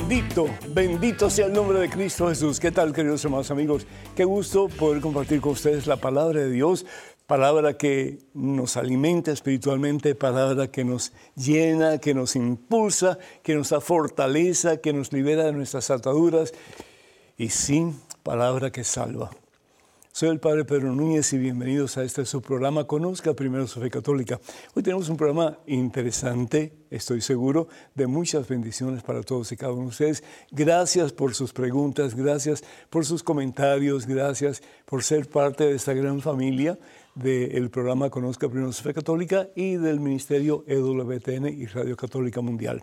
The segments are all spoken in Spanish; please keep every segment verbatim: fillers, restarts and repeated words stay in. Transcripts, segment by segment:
Bendito, bendito sea el nombre de Cristo Jesús. ¿Qué tal, queridos hermanos amigos? Qué gusto poder compartir con ustedes la palabra de Dios, palabra que nos alimenta espiritualmente, palabra que nos llena, que nos impulsa, que nos da fortaleza, que nos libera de nuestras ataduras y sí, palabra que salva. Soy el Padre Pedro Núñez y bienvenidos a este su programa Conozca Primero su Fe Católica. Hoy tenemos un programa interesante, estoy seguro, de muchas bendiciones para todos y cada uno de ustedes. Gracias por sus preguntas, gracias por sus comentarios, gracias por ser parte de esta gran familia del programa Conozca Primero su Fe Católica y del Ministerio E W T N y Radio Católica Mundial.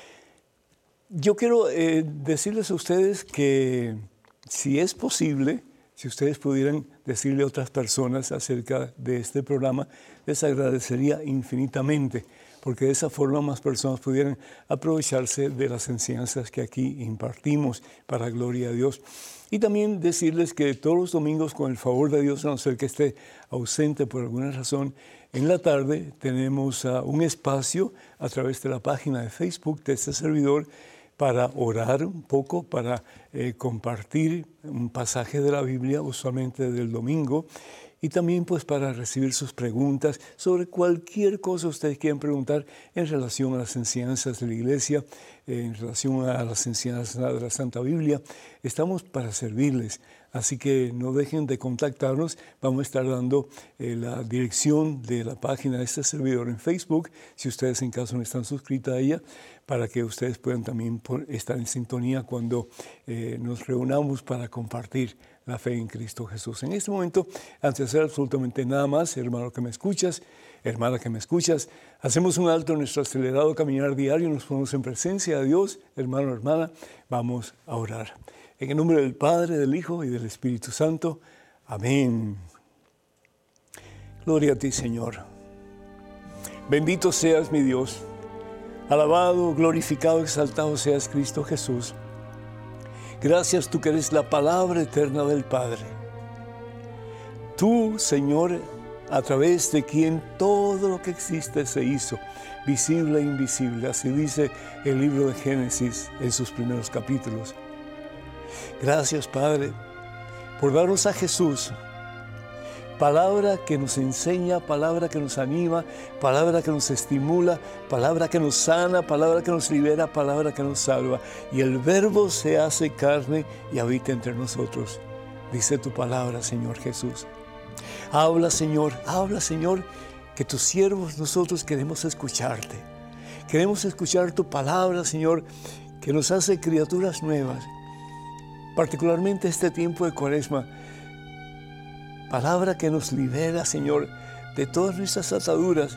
Yo quiero eh, decirles a ustedes que si es posible, si ustedes pudieran decirle a otras personas acerca de este programa, les agradecería infinitamente, porque de esa forma más personas pudieran aprovecharse de las enseñanzas que aquí impartimos para gloria a Dios. Y también decirles que todos los domingos, con el favor de Dios, a no ser que esté ausente por alguna razón, en la tarde tenemos uh, un espacio a través de la página de Facebook de este servidor para orar un poco, para eh, compartir un pasaje de la Biblia, usualmente del domingo, y también pues para recibir sus preguntas sobre cualquier cosa ustedes quieran preguntar en relación a las enseñanzas de la Iglesia, eh, en relación a las enseñanzas de la Santa Biblia. Estamos para servirles, así que no dejen de contactarnos. Vamos a estar dando eh, la dirección de la página de este servidor en Facebook, si ustedes en caso no están suscritos a ella, para que ustedes puedan también estar en sintonía cuando eh, nos reunamos para compartir la fe en Cristo Jesús. En este momento, antes de hacer absolutamente nada más, hermano que me escuchas, hermana que me escuchas, hacemos un alto en nuestro acelerado caminar diario, nos ponemos en presencia de Dios, hermano, hermana, vamos a orar. En el nombre del Padre, del Hijo y del Espíritu Santo. Amén. Gloria a ti, Señor. Bendito seas, mi Dios. Alabado, glorificado, exaltado seas Cristo Jesús. Gracias tú que eres la palabra eterna del Padre. Tú, Señor, a través de quien todo lo que existe se hizo, visible e invisible. Así dice el libro de Génesis en sus primeros capítulos. Gracias, Padre, por darnos a Jesús, palabra que nos enseña, palabra que nos anima, palabra que nos estimula, palabra que nos sana, palabra que nos libera, palabra que nos salva. Y el Verbo se hace carne y habita entre nosotros. Dice tu palabra, Señor Jesús. Habla, Señor, habla, Señor, que tus siervos nosotros queremos escucharte. Queremos escuchar tu palabra, Señor, que nos hace criaturas nuevas. Particularmente este tiempo de Cuaresma, palabra que nos libera, Señor, de todas nuestras ataduras.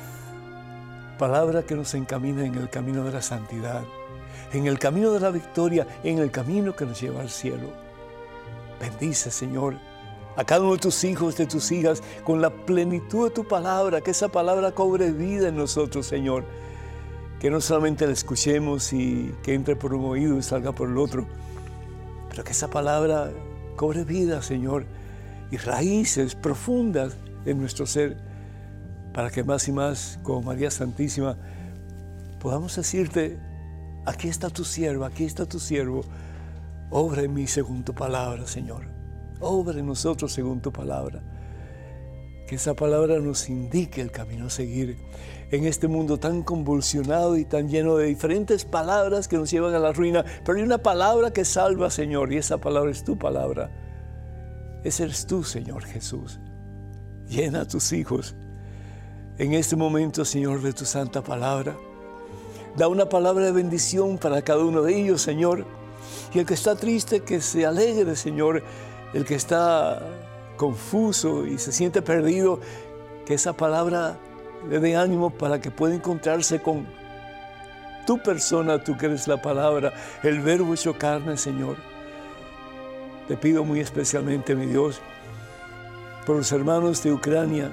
Palabra que nos encamina en el camino de la santidad, en el camino de la victoria, en el camino que nos lleva al cielo. Bendice, Señor, a cada uno de tus hijos, de tus hijas, con la plenitud de tu palabra, que esa palabra cobre vida en nosotros, Señor. Que no solamente la escuchemos y que entre por un oído y salga por el otro, pero que esa palabra cobre vida, Señor, y raíces profundas en nuestro ser, para que más y más, como María Santísima, podamos decirte: aquí está tu sierva, aquí está tu siervo, obra en mí según tu palabra, Señor, obra en nosotros según tu palabra. Que esa palabra nos indique el camino a seguir en este mundo tan convulsionado y tan lleno de diferentes palabras que nos llevan a la ruina, pero hay una palabra que salva, Señor, y esa palabra es tu palabra. Ese eres tú, Señor Jesús. Llena a tus hijos en este momento, Señor, de tu santa palabra. Da una palabra de bendición para cada uno de ellos, Señor. Y el que está triste, que se alegre, Señor. El que está confuso y se siente perdido, que esa palabra le dé ánimo para que pueda encontrarse con tu persona, tú que eres la palabra, el Verbo hecho carne, Señor. Te pido muy especialmente, mi Dios, por los hermanos de Ucrania,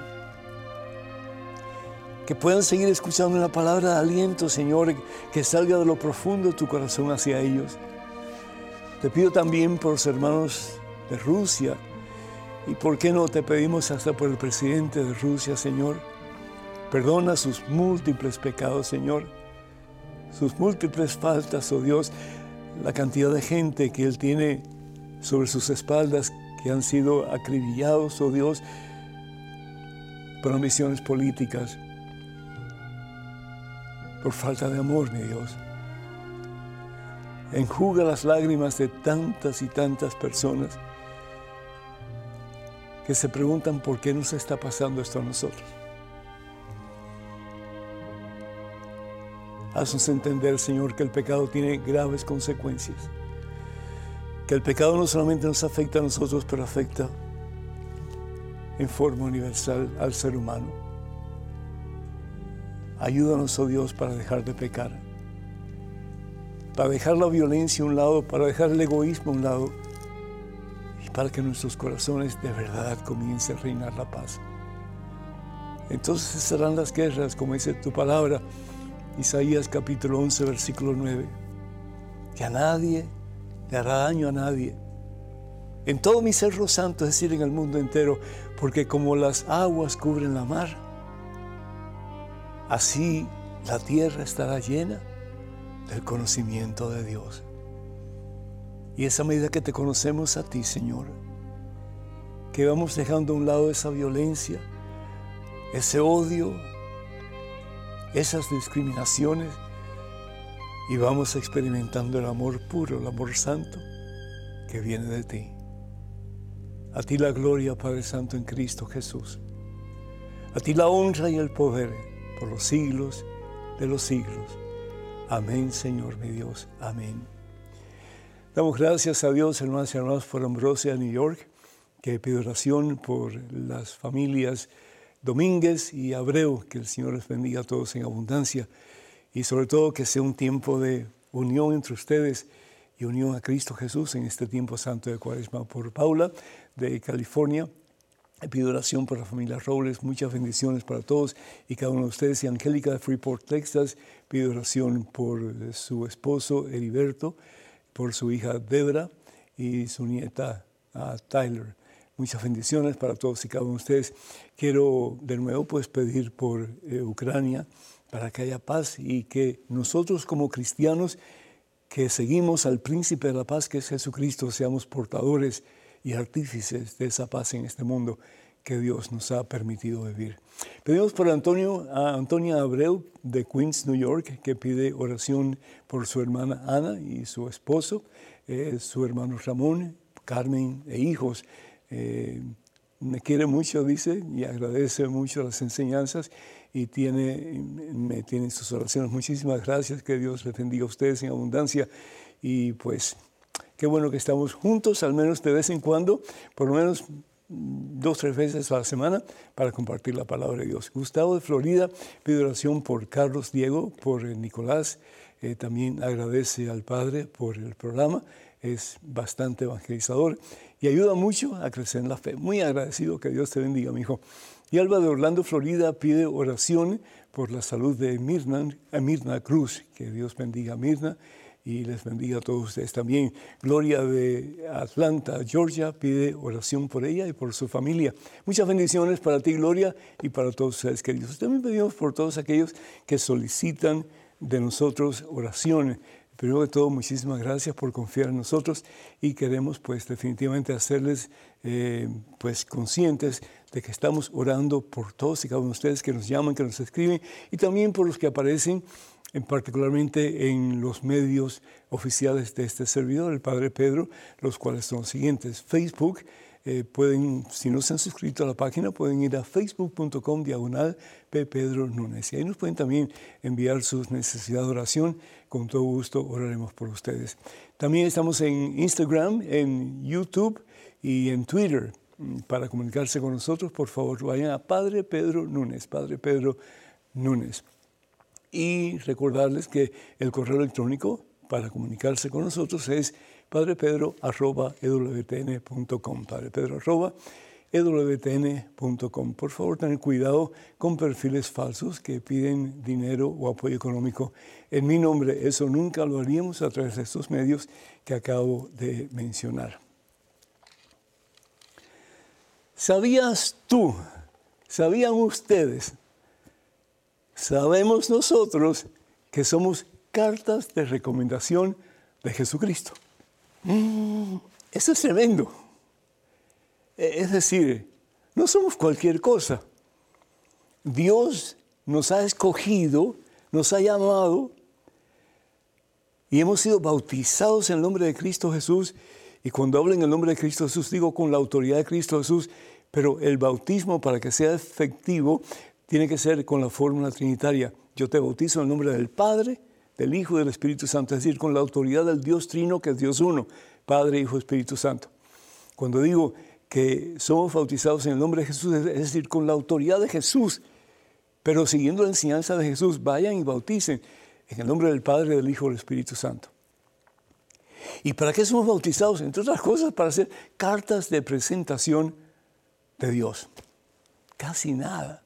que puedan seguir escuchando una palabra de aliento, Señor, que salga de lo profundo de tu corazón hacia ellos. Te pido también por los hermanos de Rusia, y por qué no te pedimos hasta por el presidente de Rusia, Señor. Perdona sus múltiples pecados, Señor, sus múltiples faltas, oh Dios. la cantidad de gente que Él tiene sobre sus espaldas, que han sido acribillados, oh Dios, por ambiciones políticas, por falta de amor, mi Dios. Enjuga las lágrimas de tantas y tantas personas que se preguntan por qué nos está pasando esto a nosotros. Haznos entender, Señor, que el pecado tiene graves consecuencias. Que el pecado no solamente nos afecta a nosotros, pero afecta en forma universal al ser humano. Ayúdanos, oh Dios, para dejar de pecar, para dejar la violencia a un lado, para dejar el egoísmo a un lado y para que en nuestros corazones de verdad comience a reinar la paz. Entonces cesarán las guerras, como dice tu palabra, Isaías capítulo once, versículo nueve, que a nadie le hará daño a nadie en todo mi cerro santo, es decir, en el mundo entero, porque como las aguas cubren la mar, así la tierra estará llena del conocimiento de Dios. Y esa medida que te conocemos a ti, Señor, que vamos dejando a un lado esa violencia, ese odio, esas discriminaciones, y vamos experimentando el amor puro, el amor santo que viene de ti. A ti la gloria, Padre Santo, en Cristo Jesús. A ti la honra y el poder por los siglos de los siglos. Amén, Señor mi Dios. Amén. Damos gracias a Dios, hermanos y hermanos, por Ambrosia, New York, que pide oración por las familias Domínguez y Abreu, que el Señor les bendiga a todos en abundancia y sobre todo que sea un tiempo de unión entre ustedes y unión a Cristo Jesús en este tiempo santo de Cuaresma. Por Paula, de California, pido oración por la familia Robles, muchas bendiciones para todos y cada uno de ustedes. Y Angélica de Freeport, Texas, pido oración por su esposo Heriberto, por su hija Debra y su nieta uh, Tyler. Muchas bendiciones para todos y cada uno de ustedes. Quiero de nuevo pues pedir por eh, Ucrania para que haya paz y que nosotros como cristianos que seguimos al príncipe de la paz que es Jesucristo seamos portadores y artífices de esa paz en este mundo que Dios nos ha permitido vivir. Pedimos por Antonio, a Antonia Abreu de Queens, New York, que pide oración por su hermana Ana y su esposo, eh, su hermano Ramón, Carmen e hijos. Eh, me quiere mucho, dice, y agradece mucho las enseñanzas y tiene, me tiene sus oraciones. Muchísimas gracias, que Dios les bendiga a ustedes en abundancia. Y pues, qué bueno que estamos juntos, al menos de vez en cuando, por lo menos dos, tres veces a la semana, para compartir la palabra de Dios. Gustavo de Florida pide oración por Carlos Diego, por eh, Nicolás. Eh, también agradece al Padre por el programa. Es bastante evangelizador y ayuda mucho a crecer en la fe. Muy agradecido, que Dios te bendiga, mi hijo. Y Alba de Orlando, Florida, pide oración por la salud de Mirna, Mirna Cruz. Que Dios bendiga a Mirna y les bendiga a todos ustedes también. Gloria de Atlanta, Georgia, pide oración por ella y por su familia. Muchas bendiciones para ti, Gloria, y para todos ustedes, queridos. También pedimos por todos aquellos que solicitan de nosotros oración. Primero de todo, muchísimas gracias por confiar en nosotros y queremos pues definitivamente hacerles eh, pues conscientes de que estamos orando por todos y cada uno de ustedes que nos llaman, que nos escriben y también por los que aparecen en particularmente en los medios oficiales de este servidor, el Padre Pedro, los cuales son los siguientes. Facebook, eh, pueden, si no se han suscrito a la página, pueden ir a facebook punto com diagonal P. Pedro Núñez. Y ahí nos pueden también enviar sus necesidades de oración. Con todo gusto oraremos por ustedes. También estamos en Instagram, en YouTube y en Twitter. Para comunicarse con nosotros, por favor, vayan a Padre Pedro Núñez, Padre Pedro Núñez. Y recordarles que el correo electrónico para comunicarse con nosotros es padrepedro arroba e w t n punto com, padrepedro arroba e w t n punto com. Por favor, tener cuidado con perfiles falsos que piden dinero o apoyo económico en mi nombre. Eso nunca lo haríamos a través de estos medios que acabo de mencionar. ¿Sabías tú? ¿Sabían ustedes? Sabemos nosotros que somos cartas de recomendación de Jesucristo. Mm, eso es tremendo. Es decir, no somos cualquier cosa. Dios nos ha escogido, nos ha llamado y hemos sido bautizados en el nombre de Cristo Jesús. Y cuando hablo en el nombre de Cristo Jesús, digo con la autoridad de Cristo Jesús, pero el bautismo, para que sea efectivo, tiene que ser con la fórmula trinitaria. Yo te bautizo en el nombre del Padre, del Hijo y del Espíritu Santo, es decir, con la autoridad del Dios Trino, que es Dios uno, Padre, Hijo, Espíritu Santo. Cuando digo que somos bautizados en el nombre de Jesús, es decir, con la autoridad de Jesús, pero siguiendo la enseñanza de Jesús, vayan y bauticen en el nombre del Padre, del Hijo y del Espíritu Santo. ¿Y para qué somos bautizados? Entre otras cosas, para hacer cartas de presentación de Dios. Casi nada.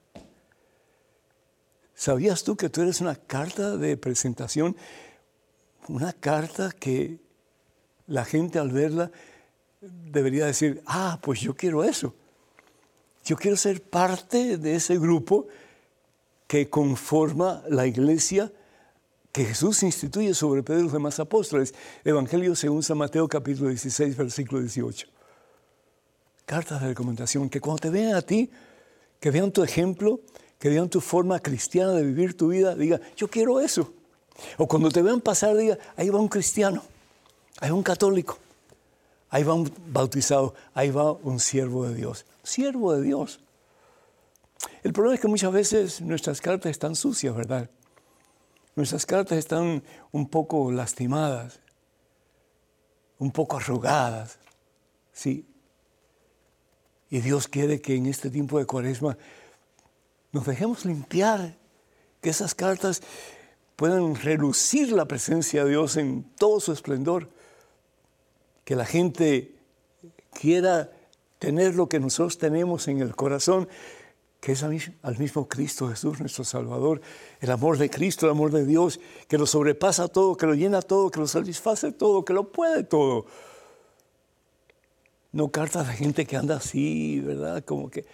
¿Sabías tú que tú eres una carta de presentación? Una carta que la gente al verla debería decir, ah, pues yo quiero eso. Yo quiero ser parte de ese grupo que conforma la iglesia que Jesús instituye sobre Pedro y los demás apóstoles. Evangelio según San Mateo, capítulo dieciséis, versículo dieciocho. Cartas de recomendación, que cuando te vean a ti, que vean tu ejemplo, que vean tu forma cristiana de vivir tu vida, diga, yo quiero eso. O cuando te vean pasar, diga, ahí va un cristiano, ahí va un católico, ahí va un bautizado, ahí va un siervo de Dios. Siervo de Dios. El problema es que muchas veces nuestras cartas están sucias, ¿verdad? Nuestras cartas están un poco lastimadas, un poco arrugadas, sí. Y Dios quiere que en este tiempo de Cuaresma nos dejemos limpiar, que esas cartas puedan relucir la presencia de Dios en todo su esplendor, que la gente quiera tener lo que nosotros tenemos en el corazón, que es al mismo Cristo Jesús, nuestro Salvador, el amor de Cristo, el amor de Dios, que lo sobrepasa todo, que lo llena todo, que lo satisface todo, que lo puede todo. No cartas de gente que anda así, ¿verdad? Como que,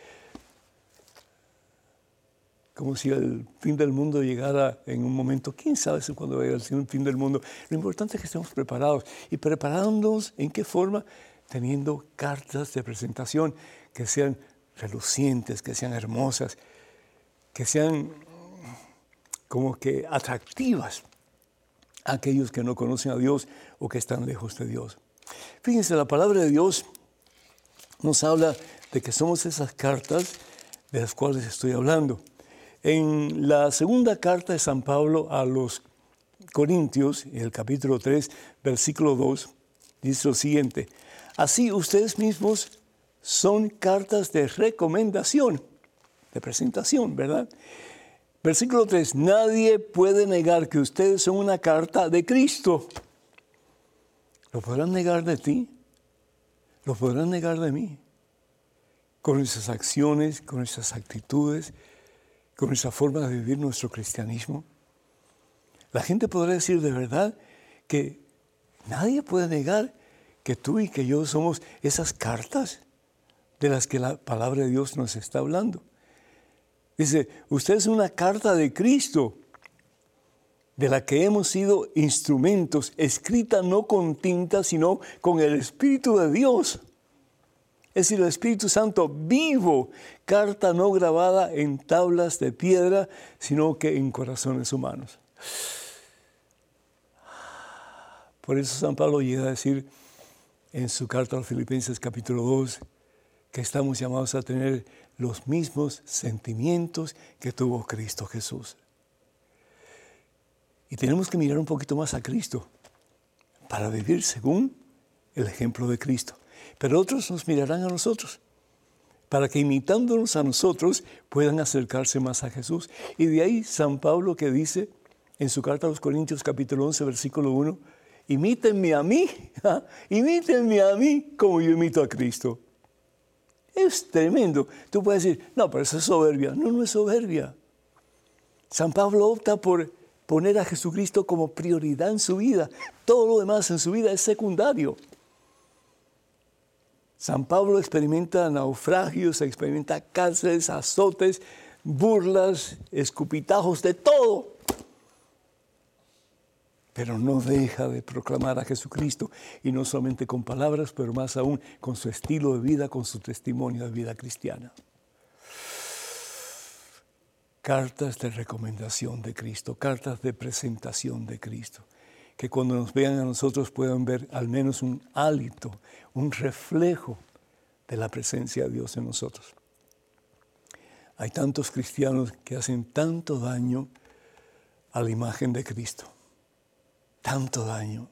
como si el fin del mundo llegara en un momento. ¿Quién sabe si cuando llegue el fin del mundo? Lo importante es que estemos preparados. ¿Y preparándonos en qué forma? Teniendo cartas de presentación que sean relucientes, que sean hermosas, que sean como que atractivas a aquellos que no conocen a Dios o que están lejos de Dios. Fíjense, la palabra de Dios nos habla de que somos esas cartas de las cuales estoy hablando. En la segunda carta de San Pablo a los Corintios, en el capítulo tres, versículo dos, dice lo siguiente: así ustedes mismos son cartas de recomendación, de presentación, ¿verdad? Versículo tres, nadie puede negar que ustedes son una carta de Cristo. ¿Lo podrán negar de ti? ¿Lo podrán negar de mí? Con nuestras acciones, con nuestras actitudes, con nuestra forma de vivir nuestro cristianismo. La gente podrá decir de verdad que nadie puede negar que tú y que yo somos esas cartas de las que la palabra de Dios nos está hablando. Dice, usted es una carta de Cristo, de la que hemos sido instrumentos, escrita no con tinta, sino con el Espíritu de Dios. Es decir, el Espíritu Santo vivo, carta no grabada en tablas de piedra, sino que en corazones humanos. Por eso San Pablo llega a decir en su carta a los Filipenses capítulo dos, que estamos llamados a tener los mismos sentimientos que tuvo Cristo Jesús. Y tenemos que mirar un poquito más a Cristo para vivir según el ejemplo de Cristo. Pero otros nos mirarán a nosotros para que imitándonos a nosotros puedan acercarse más a Jesús. Y de ahí San Pablo que dice en su carta a los Corintios capítulo once, versículo uno, imítenme a mí, ¿ja? imítenme a mí como yo imito a Cristo. Es tremendo. Tú puedes decir, no, pero eso es soberbia. No, no es soberbia. San Pablo opta por poner a Jesucristo como prioridad en su vida. Todo lo demás en su vida es secundario. San Pablo experimenta naufragios, experimenta cárceles, azotes, burlas, escupitajos, de todo. pero no deja de proclamar a Jesucristo, y no solamente con palabras, pero más aún con su estilo de vida, con su testimonio de vida cristiana. Cartas de recomendación de Cristo, cartas de presentación de Cristo, que cuando nos vean a nosotros puedan ver al menos un hálito, un reflejo de la presencia de Dios en nosotros. Hay tantos cristianos que hacen tanto daño a la imagen de Cristo. Tanto daño.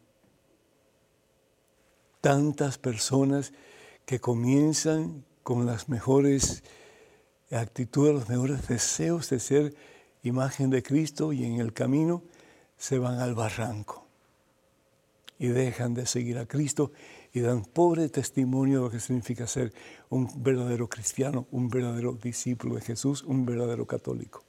Tantas personas que comienzan con las mejores actitudes, los mejores deseos de ser imagen de Cristo, y en el camino se van al barranco y dejan de seguir a Cristo y dan pobre testimonio de lo que significa ser un verdadero cristiano, un verdadero discípulo de Jesús, un verdadero católico.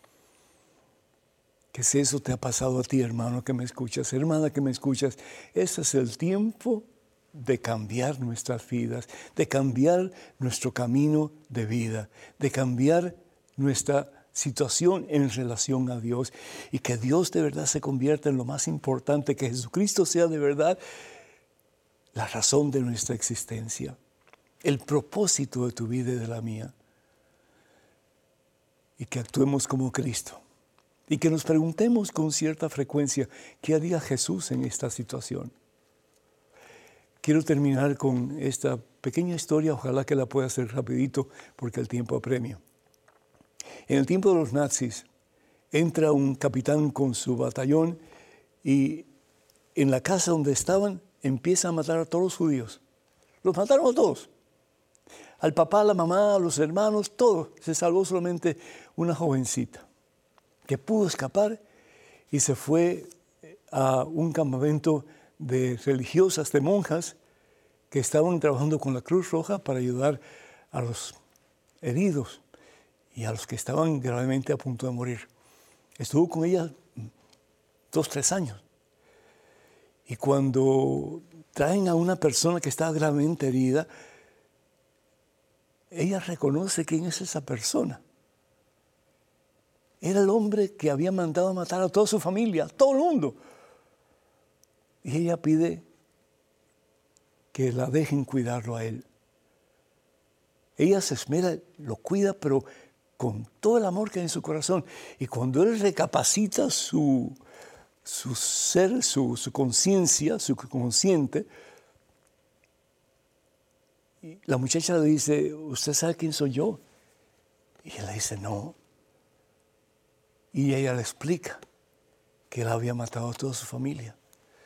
Que si eso te ha pasado a ti, hermano que me escuchas, hermana que me escuchas, ese es el tiempo de cambiar nuestras vidas, de cambiar nuestro camino de vida, de cambiar nuestra situación en relación a Dios, y que Dios de verdad se convierta en lo más importante, que Jesucristo sea de verdad la razón de nuestra existencia, el propósito de tu vida y de la mía, y que actuemos como Cristo. Y que nos preguntemos con cierta frecuencia, ¿qué haría Jesús en esta situación? Quiero terminar con esta pequeña historia, ojalá que la pueda hacer rapidito porque el tiempo apremia. En el tiempo de los nazis, entra un capitán con su batallón y en la casa donde estaban empieza a matar a todos los judíos. Los mataron a todos. Al papá, a la mamá, a los hermanos, todos. Se salvó solamente una jovencita que pudo escapar y se fue a un campamento de religiosas, de monjas, que estaban trabajando con la Cruz Roja para ayudar a los heridos y a los que estaban gravemente a punto de morir. Estuvo con ella dos, tres años. Y cuando traen a una persona que está gravemente herida, ella reconoce quién es esa persona. Era el hombre que había mandado a matar a toda su familia, a todo el mundo. Y ella pide que la dejen cuidarlo a él. Ella se esmera, lo cuida, pero con todo el amor que hay en su corazón. Y cuando él recapacita su, su ser, su, su conciencia, su consciente, la muchacha le dice, ¿usted sabe quién soy yo? Y él le dice, no. Y ella le explica que él había matado a toda su familia.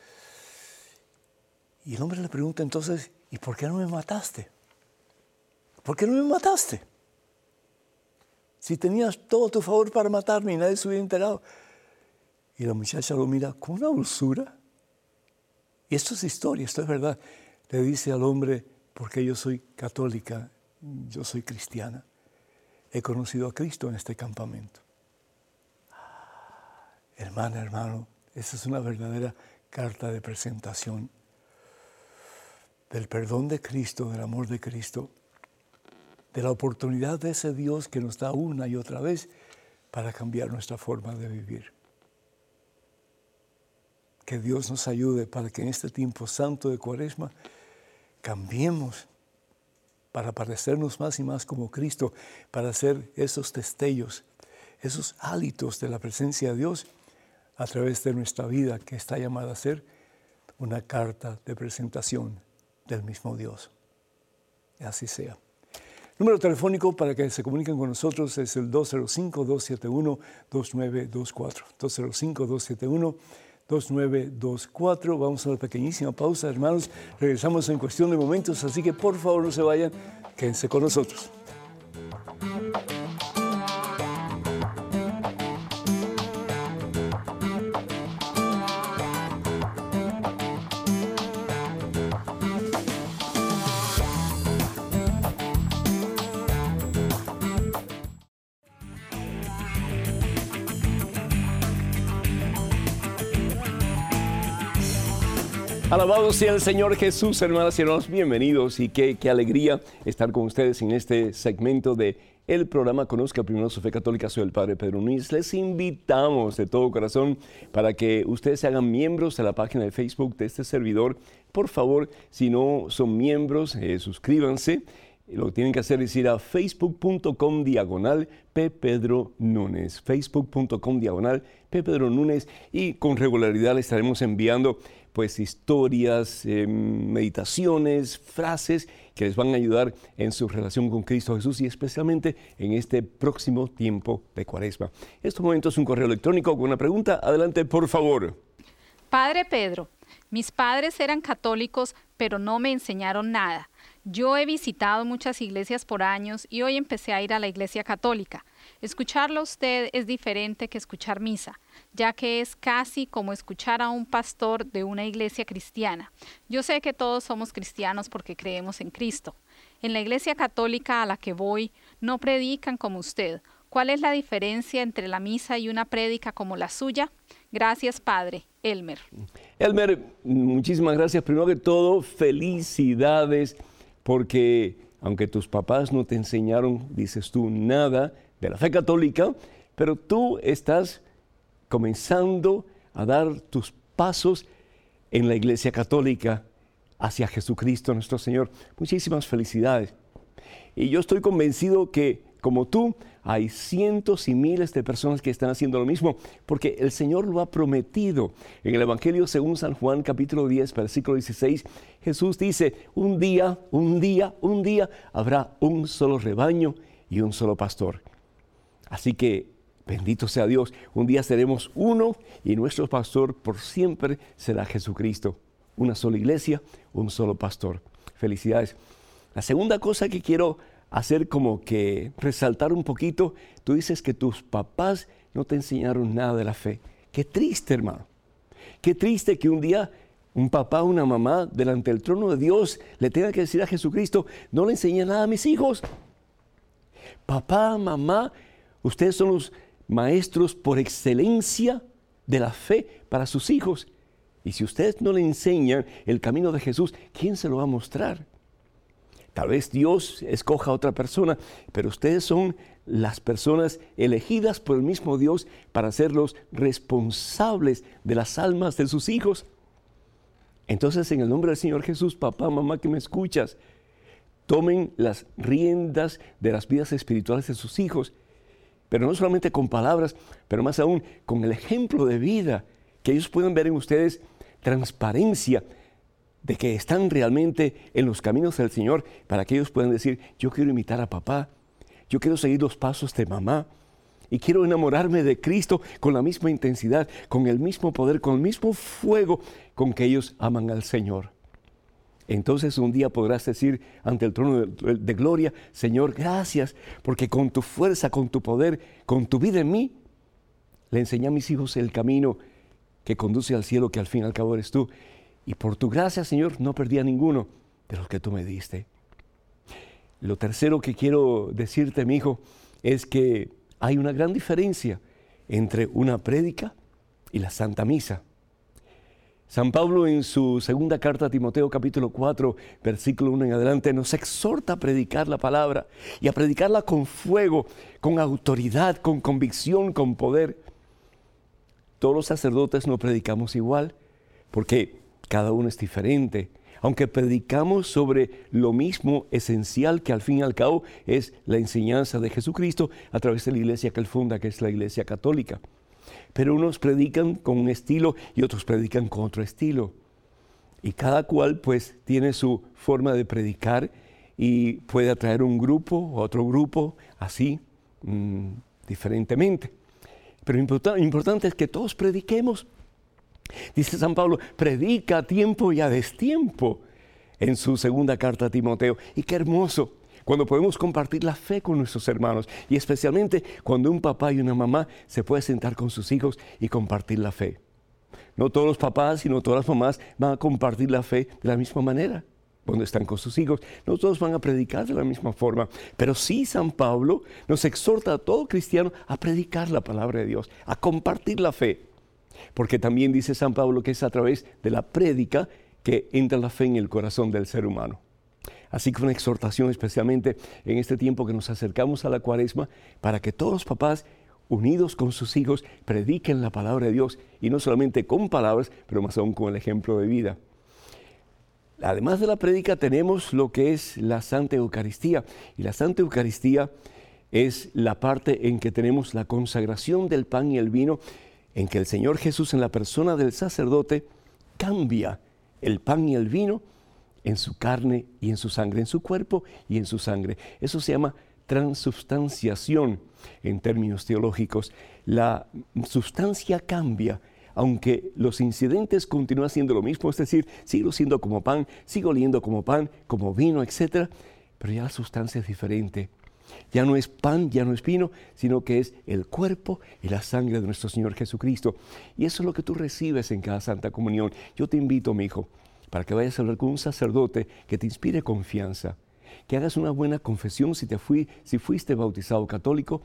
Y el hombre le pregunta entonces, ¿y por qué no me mataste? ¿Por qué no me mataste? Si tenías todo a tu favor para matarme y nadie se hubiera enterado. Y la muchacha lo mira con una dulzura. Y esto es historia, esto es verdad. Le dice al hombre, porque yo soy católica, yo soy cristiana. He conocido a Cristo en este campamento. Hermana, hermano, esa es una verdadera carta de presentación del perdón de Cristo, del amor de Cristo, de la oportunidad de ese Dios que nos da una y otra vez para cambiar nuestra forma de vivir. Que Dios nos ayude para que en este tiempo santo de Cuaresma cambiemos para parecernos más y más como Cristo, para hacer esos destellos, esos hálitos de la presencia de Dios a través de nuestra vida, que está llamada a ser una carta de presentación del mismo Dios. Y así sea. Número telefónico para que se comuniquen con nosotros es el dos cero cinco, dos siete uno, dos nueve dos cuatro. dos cero cinco, dos siete uno, dos nueve dos cuatro. Vamos a una pequeñísima pausa, hermanos. Regresamos en cuestión de momentos, así que por favor no se vayan, quédense con nosotros. Alabado sea el Señor Jesús, hermanas y hermanos, bienvenidos y qué, qué alegría estar con ustedes en este segmento de el programa Conozca Primero su Fe Católica. Soy el Padre Pedro Núñez. Les invitamos de todo corazón para que ustedes se hagan miembros de la página de Facebook de este servidor. Por favor, si no son miembros, eh, suscríbanse. Lo que tienen que hacer es ir a facebook punto com diagonal P. Pedro Núñez. facebook punto com diagonal P. Pedro Núñez. Y con regularidad le estaremos enviando pues historias, eh, meditaciones, frases que les van a ayudar en su relación con Cristo Jesús y especialmente en este próximo tiempo de Cuaresma. En estos momentos un correo electrónico con una pregunta. Adelante, por favor. Padre Pedro, mis padres eran católicos, pero no me enseñaron nada. Yo he visitado muchas iglesias por años y hoy empecé a ir a la iglesia católica. Escucharlo a usted es diferente que escuchar misa, ya que es casi como escuchar a un pastor de una iglesia cristiana. Yo sé que todos somos cristianos porque creemos en Cristo. En la iglesia católica a la que voy no predican como usted. ¿Cuál es la diferencia entre la misa y una prédica como la suya? Gracias, Padre. Elmer. Elmer, muchísimas gracias. Primero que todo, felicidades, porque aunque tus papás no te enseñaron, dices tú, nada de la fe católica, pero tú estás comenzando a dar tus pasos en la iglesia católica hacia Jesucristo nuestro Señor. Muchísimas felicidades. Y yo estoy convencido que, como tú, hay cientos y miles de personas que están haciendo lo mismo, porque el Señor lo ha prometido. En el Evangelio según San Juan, capítulo diez, versículo dieciséis, Jesús dice, un día, un día, un día, habrá un solo rebaño y un solo pastor. Así que, bendito sea Dios, un día seremos uno y nuestro pastor por siempre será Jesucristo. Una sola iglesia, un solo pastor. Felicidades. La segunda cosa que quiero hacer como que resaltar un poquito, tú dices que tus papás no te enseñaron nada de la fe. Qué triste, hermano. Qué triste que un día un papá o una mamá delante del trono de Dios le tenga que decir a Jesucristo, no le enseñé nada a mis hijos. Papá, mamá, ustedes son los maestros por excelencia de la fe para sus hijos. Y si ustedes no le enseñan el camino de Jesús, ¿quién se lo va a mostrar? Tal vez Dios escoja a otra persona, pero ustedes son las personas elegidas por el mismo Dios para ser los responsables de las almas de sus hijos. Entonces, en el nombre del Señor Jesús, papá, mamá que me escuchas, tomen las riendas de las vidas espirituales de sus hijos, pero no solamente con palabras, pero más aún con el ejemplo de vida, que ellos puedan ver en ustedes transparencia de que están realmente en los caminos del Señor, para que ellos puedan decir, yo quiero imitar a papá, yo quiero seguir los pasos de mamá, y quiero enamorarme de Cristo con la misma intensidad, con el mismo poder, con el mismo fuego con que ellos aman al Señor. Entonces un día podrás decir ante el trono de, de gloria, Señor, gracias, porque con tu fuerza, con tu poder, con tu vida en mí, le enseñé a mis hijos el camino que conduce al cielo, que al fin y al cabo eres tú. Y por tu gracia, Señor, no perdí a ninguno de los que tú me diste. Lo tercero que quiero decirte, mi hijo, es que hay una gran diferencia entre una prédica y la Santa Misa. San Pablo en su segunda carta a Timoteo, capítulo cuatro, versículo uno en adelante, nos exhorta a predicar la palabra y a predicarla con fuego, con autoridad, con convicción, con poder. Todos los sacerdotes no predicamos igual, porque cada uno es diferente, aunque predicamos sobre lo mismo esencial que al fin y al cabo es la enseñanza de Jesucristo a través de la iglesia que él funda, que es la iglesia católica. Pero unos predican con un estilo y otros predican con otro estilo. Y cada cual pues tiene su forma de predicar y puede atraer un grupo o otro grupo así, mmm, diferentemente. Pero lo importante es que todos prediquemos. Dice San Pablo, predica a tiempo y a destiempo en su segunda carta a Timoteo. Y qué hermoso cuando podemos compartir la fe con nuestros hermanos y especialmente cuando un papá y una mamá se pueden sentar con sus hijos y compartir la fe. No todos los papás y no todas las mamás van a compartir la fe de la misma manera cuando están con sus hijos. No todos van a predicar de la misma forma, pero sí San Pablo nos exhorta a todo cristiano a predicar la palabra de Dios, a compartir la fe. Porque también dice San Pablo que es a través de la prédica que entra la fe en el corazón del ser humano. Así que una exhortación especialmente en este tiempo que nos acercamos a la Cuaresma, para que todos los papás unidos con sus hijos prediquen la palabra de Dios, y no solamente con palabras, pero más aún con el ejemplo de vida. Además de la prédica tenemos lo que es la Santa Eucaristía, y la Santa Eucaristía es la parte en que tenemos la consagración del pan y el vino, en que el Señor Jesús, en la persona del sacerdote, cambia el pan y el vino en su carne y en su sangre, en su cuerpo y en su sangre. Eso se llama transubstanciación en términos teológicos. La sustancia cambia, aunque los incidentes continúan siendo lo mismo, es decir, sigo siendo como pan, sigo oliendo como pan, como vino, etcétera, pero ya la sustancia es diferente. Ya no es pan, ya no es vino, sino que es el cuerpo y la sangre de nuestro Señor Jesucristo. Y eso es lo que tú recibes en cada Santa Comunión. Yo te invito, mi hijo, para que vayas a hablar con un sacerdote que te inspire confianza, que hagas una buena confesión si, te fui, si fuiste bautizado católico,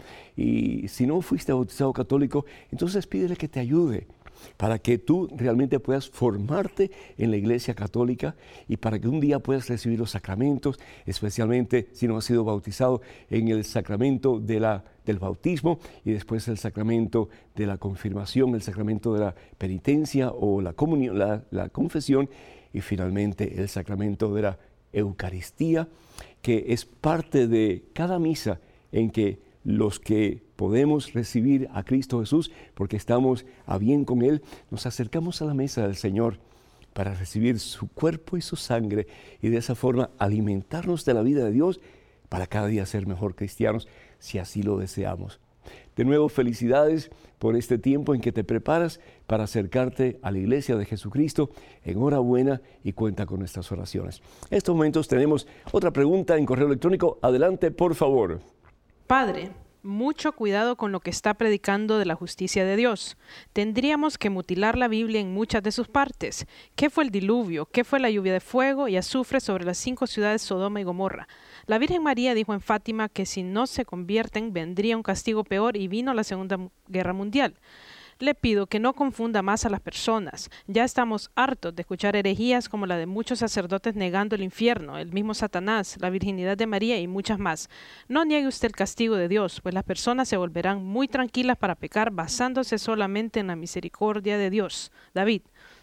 y si no fuiste bautizado católico, entonces pídele que te ayude para que tú realmente puedas formarte en la Iglesia Católica y para que un día puedas recibir los sacramentos, especialmente si no has sido bautizado, en el sacramento de la, del bautismo, y después el sacramento de la confirmación, el sacramento de la penitencia o la comunión, la, la confesión, y finalmente el sacramento de la Eucaristía, que es parte de cada misa en que los que podemos recibir a Cristo Jesús, porque estamos a bien con Él, nos acercamos a la mesa del Señor para recibir su cuerpo y su sangre, y de esa forma alimentarnos de la vida de Dios para cada día ser mejor cristianos, si así lo deseamos. De nuevo, felicidades por este tiempo en que te preparas para acercarte a la Iglesia de Jesucristo. Enhorabuena, y cuenta con nuestras oraciones. En estos momentos tenemos otra pregunta en correo electrónico. Adelante, por favor. Padre, mucho cuidado con lo que está predicando de la justicia de Dios. Tendríamos que mutilar la Biblia en muchas de sus partes. ¿Qué fue el diluvio? ¿Qué fue la lluvia de fuego y azufre sobre las cinco ciudades Sodoma y Gomorra? La Virgen María dijo en Fátima que si no se convierten vendría un castigo peor, y vino la Segunda Guerra Mundial. Le pido que no confunda más a las personas. Ya estamos hartos de escuchar herejías como la de muchos sacerdotes negando el infierno, el mismo Satanás, la virginidad de María y muchas más. No niegue usted el castigo de Dios, pues las personas se volverán muy tranquilas para pecar basándose solamente en la misericordia de Dios. David.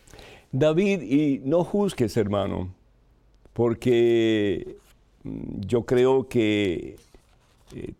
David, y no juzgues, hermano, porque yo creo que eh,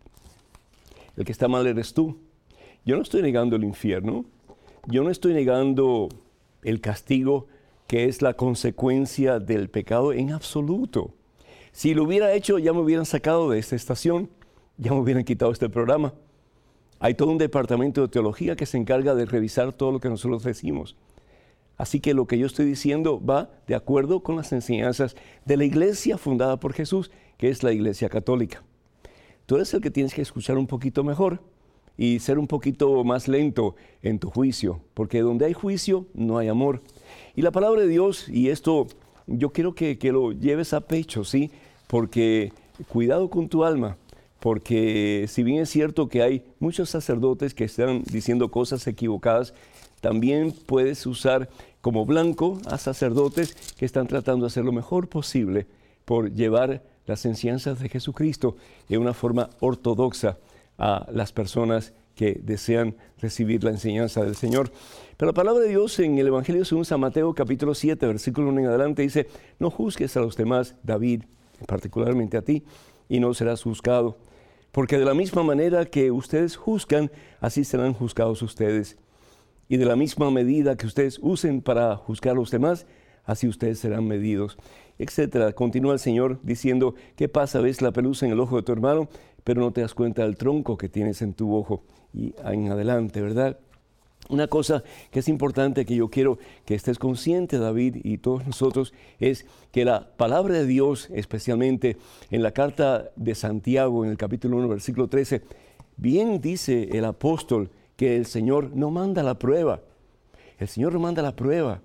el que está mal eres tú. Yo no estoy negando el infierno, yo no estoy negando el castigo que es la consecuencia del pecado en absoluto. Si lo hubiera hecho, ya me hubieran sacado de esta estación, ya me hubieran quitado este programa. Hay todo un departamento de teología que se encarga de revisar todo lo que nosotros decimos. Así que lo que yo estoy diciendo va de acuerdo con las enseñanzas de la iglesia fundada por Jesús, que es la Iglesia Católica. Tú eres el que tienes que escuchar un poquito mejor y ser un poquito más lento en tu juicio, porque donde hay juicio no hay amor. Y la palabra de Dios, y esto yo quiero que, que lo lleves a pecho, ¿sí? Porque cuidado con tu alma, porque si bien es cierto que hay muchos sacerdotes que están diciendo cosas equivocadas, también puedes usar como blanco a sacerdotes que están tratando de hacer lo mejor posible por llevar las enseñanzas de Jesucristo en una forma ortodoxa a las personas que desean recibir la enseñanza del Señor. Pero la palabra de Dios en el Evangelio según San Mateo, capítulo siete, versículo uno en adelante, dice: no juzgues a los demás, David, particularmente a ti, y no serás juzgado. Porque de la misma manera que ustedes juzgan, así serán juzgados ustedes. Y de la misma medida que ustedes usen para juzgar a los demás, así ustedes serán medidos, etcétera. Continúa el Señor diciendo: ¿qué pasa? ¿Ves la pelusa en el ojo de tu hermano, pero no te das cuenta del tronco que tienes en tu ojo? Y en adelante, ¿verdad? Una cosa que es importante, que yo quiero que estés consciente, David, y todos nosotros, es que la palabra de Dios, especialmente en la carta de Santiago, en el capítulo uno, versículo trece, bien dice el apóstol que el Señor no manda la prueba. El Señor no manda la prueba.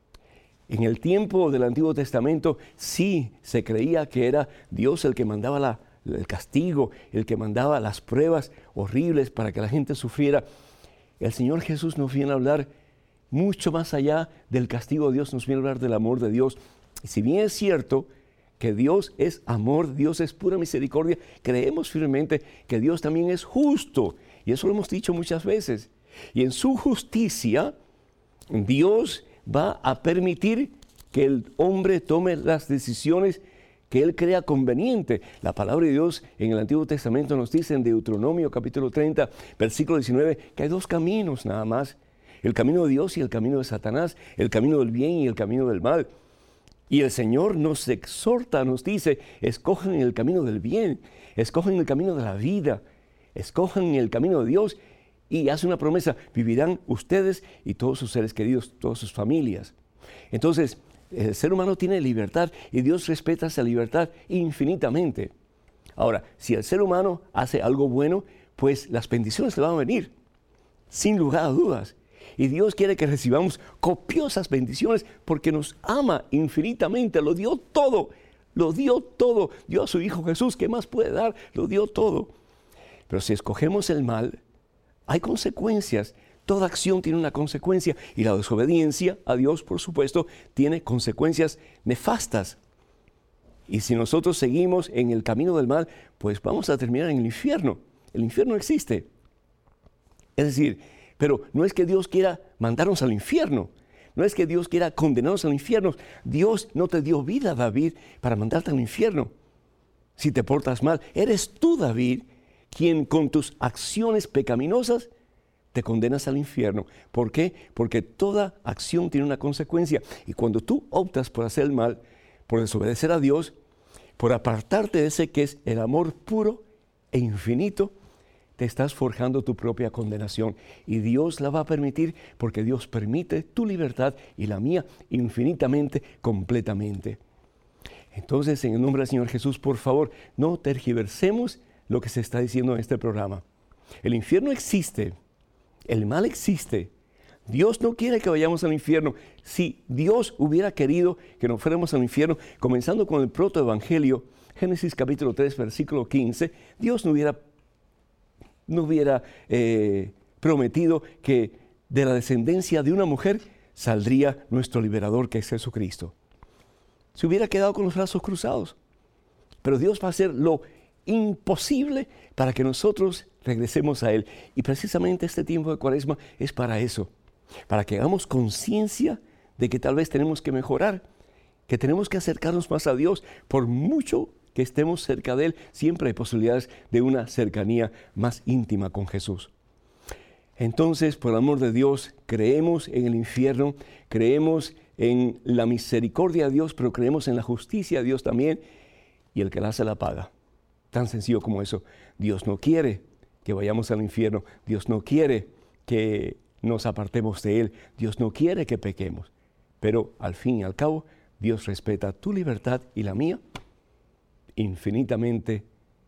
En el tiempo del Antiguo Testamento sí se creía que era Dios el que mandaba la, el castigo, el que mandaba las pruebas horribles para que la gente sufriera. El Señor Jesús nos viene a hablar mucho más allá del castigo de Dios, nos viene a hablar del amor de Dios. Y si bien es cierto que Dios es amor, Dios es pura misericordia. Creemos firmemente que Dios también es justo. Y eso lo hemos dicho muchas veces. Y en su justicia, Dios va a permitir que el hombre tome las decisiones que Él crea conveniente. La palabra de Dios en el Antiguo Testamento nos dice en Deuteronomio capítulo treinta, versículo diecinueve, que hay dos caminos nada más. El camino de Dios y el camino de Satanás, el camino del bien y el camino del mal. Y el Señor nos exhorta, nos dice, escojan el camino del bien, escojan el camino de la vida, escojan el camino de Dios, y hace una promesa: vivirán ustedes y todos sus seres queridos, todas sus familias. Entonces, el ser humano tiene libertad y Dios respeta esa libertad infinitamente. Ahora, si el ser humano hace algo bueno, pues las bendiciones le van a venir, sin lugar a dudas. Y Dios quiere que recibamos copiosas bendiciones porque nos ama infinitamente, lo dio todo, lo dio todo. Dio a su Hijo Jesús, ¿qué más puede dar? Lo dio todo. Pero si escogemos el mal, hay consecuencias. Toda acción tiene una consecuencia y la desobediencia a Dios, por supuesto, tiene consecuencias nefastas. Y si nosotros seguimos en el camino del mal, pues vamos a terminar en el infierno. El infierno existe. Es decir, pero no es que Dios quiera mandarnos al infierno. No es que Dios quiera condenarnos al infierno. Dios no te dio vida, David, para mandarte al infierno. Si te portas mal, eres tú, David, quien con tus acciones pecaminosas te condenas al infierno. ¿Por qué? Porque toda acción tiene una consecuencia. Y cuando tú optas por hacer el mal, por desobedecer a Dios, por apartarte de ese que es el amor puro e infinito, te estás forjando tu propia condenación. Y Dios la va a permitir porque Dios permite tu libertad y la mía infinitamente, completamente. Entonces, en el nombre del Señor Jesús, por favor, no tergiversemos lo que se está diciendo en este programa. El infierno existe. El mal existe. Dios no quiere que vayamos al infierno. Si Dios hubiera querido que nos fuéramos al infierno, comenzando con el protoevangelio, Génesis capítulo tres, versículo quince, Dios no hubiera, no hubiera eh, prometido que de la descendencia de una mujer saldría nuestro liberador, que es Jesucristo. Se hubiera quedado con los brazos cruzados. Pero Dios va a hacer lo imposible para que nosotros regresemos a Él. Y precisamente este tiempo de Cuaresma es para eso, para que hagamos conciencia de que tal vez tenemos que mejorar, que tenemos que acercarnos más a Dios. Por mucho que estemos cerca de Él, siempre hay posibilidades de una cercanía más íntima con Jesús. Entonces, por el amor de Dios, creemos en el infierno, creemos en la misericordia de Dios, pero creemos en la justicia de Dios también, y el que la hace la paga. Tan sencillo como eso. Dios no quiere que vayamos al infierno. Dios no quiere que nos apartemos de Él. Dios no quiere que pequemos. Pero al fin y al cabo, Dios respeta tu libertad y la mía infinitamente.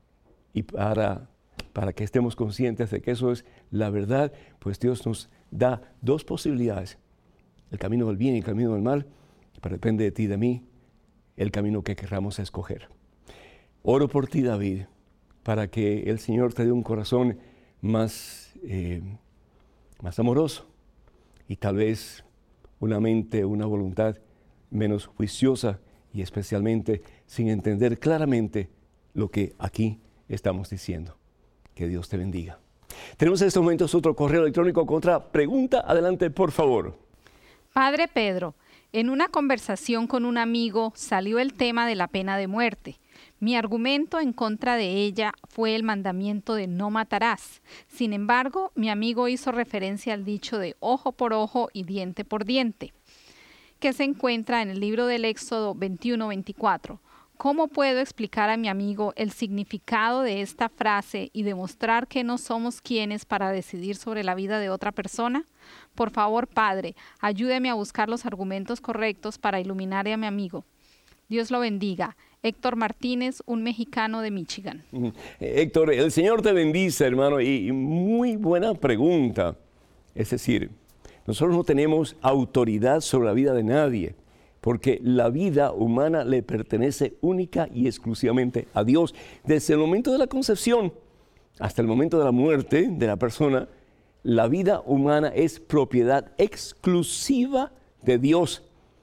Y para, para que estemos conscientes de que eso es la verdad, pues Dios nos da dos posibilidades. El camino del bien y el camino del mal. Pero depende de ti y de mí el camino que querramos escoger. Oro por ti, David, para que el Señor te dé un corazón más, eh, más amoroso y tal vez una mente, una voluntad menos juiciosa y especialmente sin entender claramente lo que aquí estamos diciendo. Que Dios te bendiga. Tenemos en estos momentos otro correo electrónico con otra pregunta. Adelante, por favor. Padre Pedro, en una conversación con un amigo salió el tema de la pena de muerte. Mi argumento en contra de ella fue el mandamiento de no matarás. Sin embargo, mi amigo hizo referencia al dicho de ojo por ojo y diente por diente, que se encuentra en el libro del Éxodo veintiuno veinticuatro. ¿Cómo puedo explicar a mi amigo el significado de esta frase y demostrar que no somos quienes para decidir sobre la vida de otra persona? Por favor, Padre, ayúdeme a buscar los argumentos correctos para iluminar a mi amigo. Dios lo bendiga. Héctor Martínez, un mexicano de Michigan. Héctor, el Señor te bendice, hermano, y muy buena pregunta. Es decir, nosotros no tenemos autoridad sobre la vida de nadie, porque la vida humana le pertenece única y exclusivamente a Dios. Desde el momento de la concepción hasta el momento de la muerte de la persona, la vida humana es propiedad exclusiva de Dios.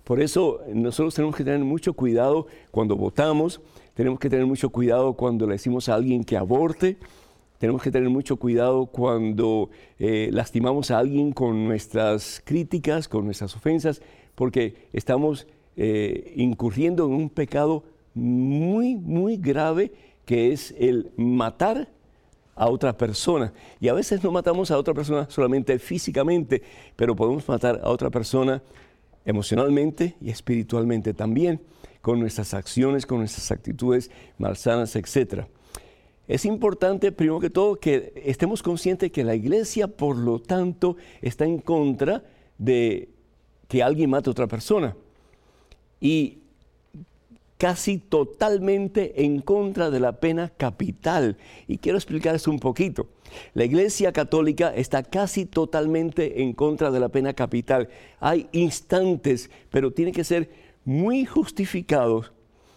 Por eso nosotros tenemos que tener mucho cuidado cuando votamos, tenemos que tener mucho cuidado cuando le decimos a alguien que aborte, tenemos que tener mucho cuidado cuando eh, lastimamos a alguien con nuestras críticas, con nuestras ofensas, porque estamos eh, incurriendo en un pecado muy, muy grave, que es el matar a otra persona. Y a veces no matamos a otra persona solamente físicamente, pero podemos matar a otra persona emocionalmente y espiritualmente también, con nuestras acciones, con nuestras actitudes malsanas, etcétera. Es importante, primero que todo, que estemos conscientes que la iglesia, por lo tanto, está en contra de que alguien mate a otra persona. Y casi totalmente en contra de la pena capital. Y quiero explicar esto un poquito. La Iglesia Católica está casi totalmente en contra de la pena capital. Hay instantes, pero tienen que ser muy justificados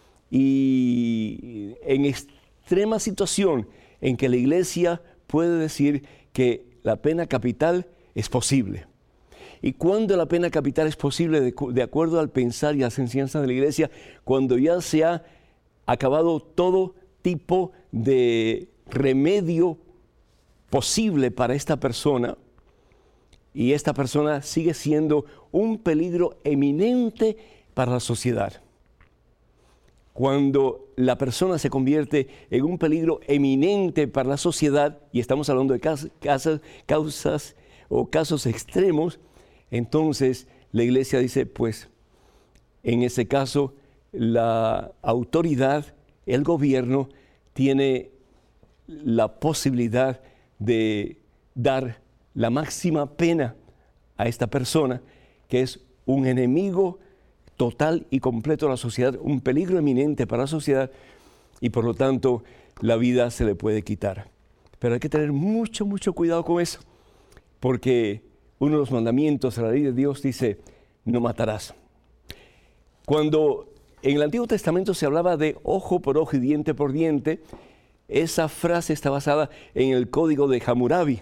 y en extrema situación en que la Iglesia puede decir que la pena capital es posible. Y cuando la pena capital es posible, de, de acuerdo al pensar y las enseñanzas de la Iglesia, cuando ya se ha acabado todo tipo de remedio posible para esta persona, y esta persona sigue siendo un peligro eminente para la sociedad. Cuando la persona se convierte en un peligro eminente para la sociedad, y estamos hablando de causas, causas, causas o casos extremos, entonces la Iglesia dice, pues, en ese caso, la autoridad, el gobierno, tiene la posibilidad de dar la máxima pena a esta persona, que es un enemigo total y completo de la sociedad, un peligro eminente para la sociedad, y por lo tanto la vida se le puede quitar. Pero hay que tener mucho, mucho cuidado con eso, porque uno de los mandamientos de la ley de Dios dice, no matarás. Cuando en el Antiguo Testamento se hablaba de ojo por ojo y diente por diente, esa frase está basada en el código de Hammurabi.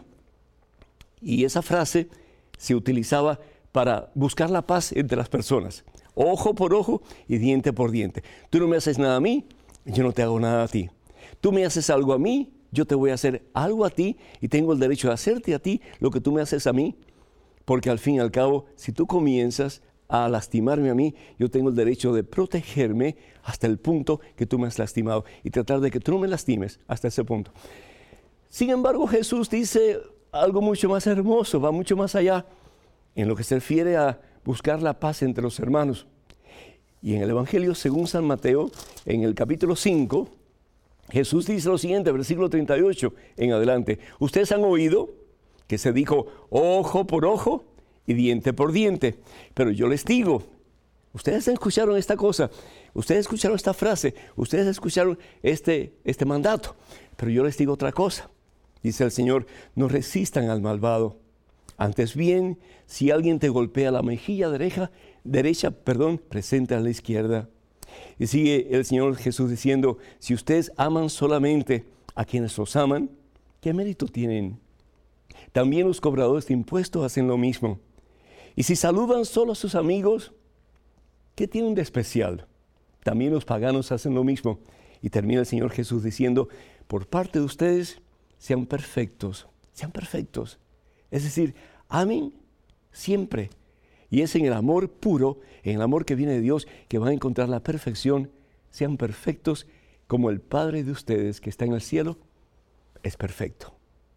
Y esa frase se utilizaba para buscar la paz entre las personas. Ojo por ojo y diente por diente. Tú no me haces nada a mí, yo no te hago nada a ti. Tú me haces algo a mí, yo te voy a hacer algo a ti y tengo el derecho de hacerte a ti lo que tú me haces a mí. Porque al fin y al cabo, si tú comienzas a lastimarme a mí, yo tengo el derecho de protegerme hasta el punto que tú me has lastimado y tratar de que tú no me lastimes hasta ese punto. Sin embargo, Jesús dice algo mucho más hermoso, va mucho más allá en lo que se refiere a buscar la paz entre los hermanos. Y en el Evangelio según San Mateo, en el capítulo cinco, Jesús dice lo siguiente, versículo treinta y ocho en adelante. Ustedes han oído que se dijo ojo por ojo y diente por diente. Pero yo les digo, ustedes escucharon esta cosa, ustedes escucharon esta frase, ustedes escucharon este, este mandato. Pero yo les digo otra cosa. Dice el Señor, no resistan al malvado. Antes bien, si alguien te golpea la mejilla derecha, derecha, perdón, presenta a la izquierda. Y sigue el Señor Jesús diciendo, si ustedes aman solamente a quienes los aman, ¿qué mérito tienen? También los cobradores de impuestos hacen lo mismo. Y si saludan solo a sus amigos, ¿qué tienen de especial? También los paganos hacen lo mismo. Y termina el Señor Jesús diciendo, por parte de ustedes, sean perfectos, sean perfectos. Es decir, amen siempre. Y es en el amor puro, en el amor que viene de Dios, que van a encontrar la perfección. Sean perfectos como el Padre de ustedes que está en el cielo es perfecto.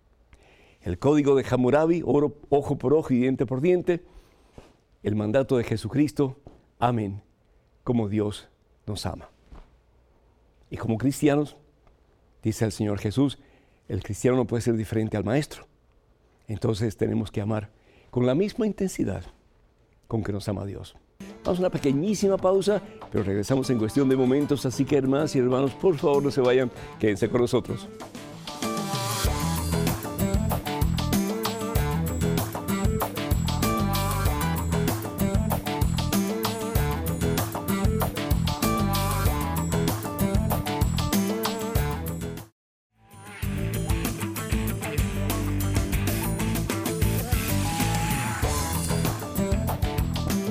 El código de Hammurabi, oro, ojo por ojo y diente por diente. El mandato de Jesucristo, amen como Dios nos ama. Y como cristianos, dice el Señor Jesús, el cristiano no puede ser diferente al maestro. Entonces tenemos que amar con la misma intensidad con que nos ama Dios. Vamos a una pequeñísima pausa, pero regresamos en cuestión de momentos, así que hermanas y hermanos, por favor no se vayan, quédense con nosotros.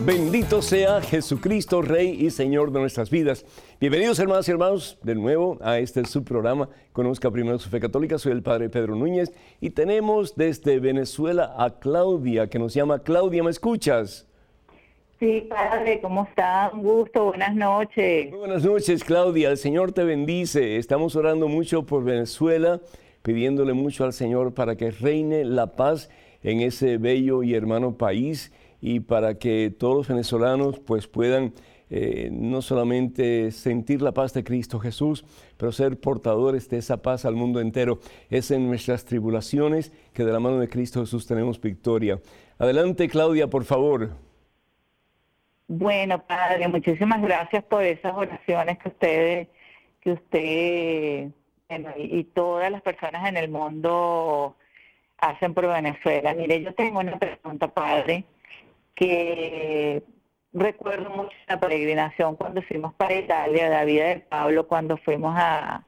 Bendito sea Jesucristo, Rey y Señor de nuestras vidas. Bienvenidos, hermanas y hermanos, de nuevo a este subprograma Conozca Primero su Fe Católica. Soy el Padre Pedro Núñez y tenemos desde Venezuela a Claudia, que nos llama. Claudia, ¿me escuchas? Sí, Padre, ¿cómo está? Un gusto, buenas noches. Muy buenas noches, Claudia. El Señor te bendice. Estamos orando mucho por Venezuela, pidiéndole mucho al Señor para que reine la paz en ese bello y hermano país, y para que todos los venezolanos pues puedan eh, no solamente sentir la paz de Cristo Jesús, pero ser portadores de esa paz al mundo entero. Es en nuestras tribulaciones que de la mano de Cristo Jesús tenemos victoria. Adelante, Claudia, por favor. Bueno, Padre, muchísimas gracias por esas oraciones que ustedes, que usted bueno, y, y todas las personas en el mundo hacen por Venezuela. Mire, yo tengo una pregunta, Padre, que recuerdo mucho la peregrinación cuando fuimos para Italia, la vida de Pablo, cuando fuimos a...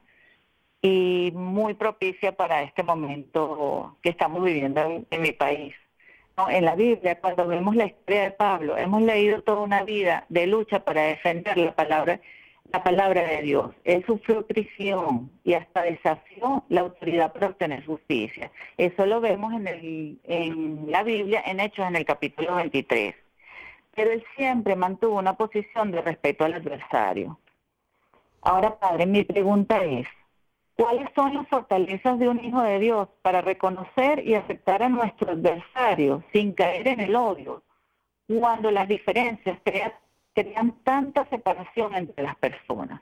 y muy propicia para este momento que estamos viviendo en, en mi país. ¿No? En la Biblia, cuando vemos la historia de Pablo, hemos leído toda una vida de lucha para defender la palabra, la palabra de Dios. Él sufrió prisión y hasta desafió la autoridad para obtener justicia. Eso lo vemos en, el, en la Biblia, en Hechos, en el capítulo veintitrés. Pero él siempre mantuvo una posición de respeto al adversario. Ahora, Padre, mi pregunta es, ¿cuáles son las fortalezas de un hijo de Dios para reconocer y aceptar a nuestro adversario sin caer en el odio, cuando las diferencias crean crean tanta separación entre las personas?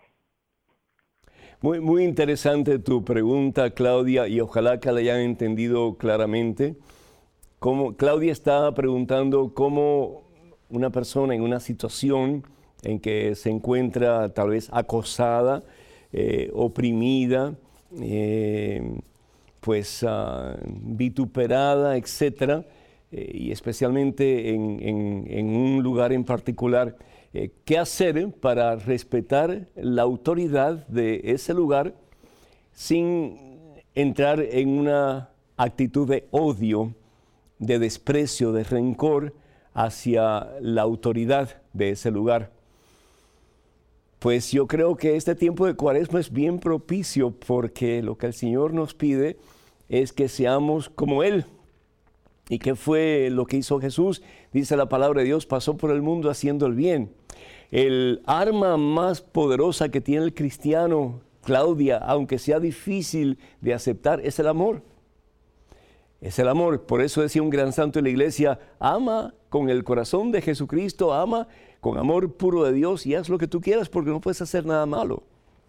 Muy, muy interesante tu pregunta, Claudia, y ojalá que la hayan entendido claramente. Como Claudia está preguntando cómo una persona en una situación en que se encuentra tal vez acosada, eh, oprimida, eh, pues uh, vituperada, etcétera, eh, y especialmente en, en, en un lugar en particular, Eh, ¿qué hacer para respetar la autoridad de ese lugar sin entrar en una actitud de odio, de desprecio, de rencor hacia la autoridad de ese lugar? Pues yo creo que este tiempo de Cuaresma es bien propicio, porque lo que el Señor nos pide es que seamos como Él. ¿Y qué fue lo que hizo Jesús? Dice la palabra de Dios, pasó por el mundo haciendo el bien. El arma más poderosa que tiene el cristiano, Claudia, aunque sea difícil de aceptar, es el amor. Es el amor. Por eso decía un gran santo de la iglesia, ama con el corazón de Jesucristo, ama con amor puro de Dios y haz lo que tú quieras, porque no puedes hacer nada malo.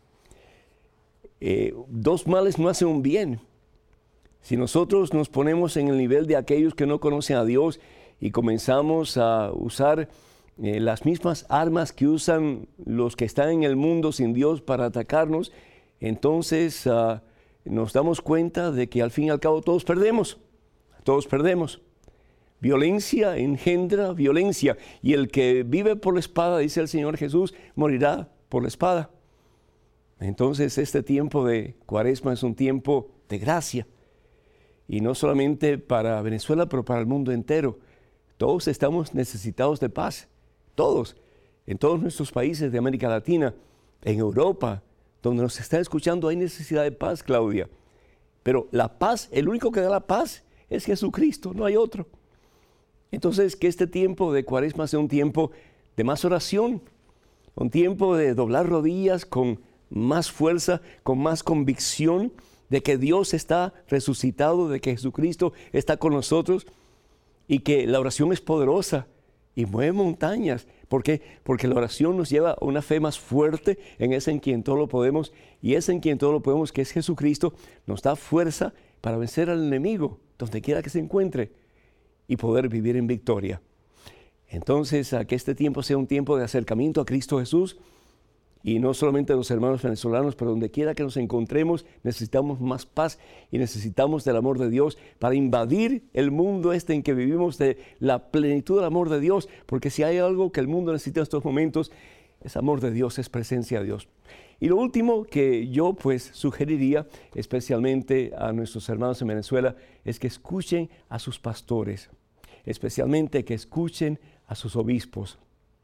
Eh, dos males no hacen un bien. Si nosotros nos ponemos en el nivel de aquellos que no conocen a Dios y comenzamos a usar eh, las mismas armas que usan los que están en el mundo sin Dios para atacarnos, entonces uh, nos damos cuenta de que al fin y al cabo todos perdemos, todos perdemos. Violencia engendra violencia, y el que vive por la espada, dice el Señor Jesús, morirá por la espada. Entonces este tiempo de Cuaresma es un tiempo de gracia. Y no solamente para Venezuela, pero para el mundo entero. Todos estamos necesitados de paz. Todos. En todos nuestros países de América Latina, en Europa, donde nos está escuchando, hay necesidad de paz, Claudia. Pero la paz, el único que da la paz es Jesucristo, no hay otro. Entonces, que este tiempo de Cuaresma sea un tiempo de más oración, un tiempo de doblar rodillas con más fuerza, con más convicción, de que Dios está resucitado, de que Jesucristo está con nosotros y que la oración es poderosa y mueve montañas. ¿Por qué? Porque la oración nos lleva a una fe más fuerte en ese en quien todo lo podemos, y ese en quien todo lo podemos, que es Jesucristo, nos da fuerza para vencer al enemigo, donde quiera que se encuentre, y poder vivir en victoria. Entonces, a que este tiempo sea un tiempo de acercamiento a Cristo Jesús. Y no solamente los hermanos venezolanos, pero donde quiera que nos encontremos, necesitamos más paz y necesitamos del amor de Dios para invadir el mundo este en que vivimos, de la plenitud del amor de Dios. Porque si hay algo que el mundo necesita en estos momentos, es amor de Dios, es presencia de Dios. Y lo último que yo pues sugeriría, especialmente a nuestros hermanos en Venezuela, es que escuchen a sus pastores. Especialmente que escuchen a sus obispos.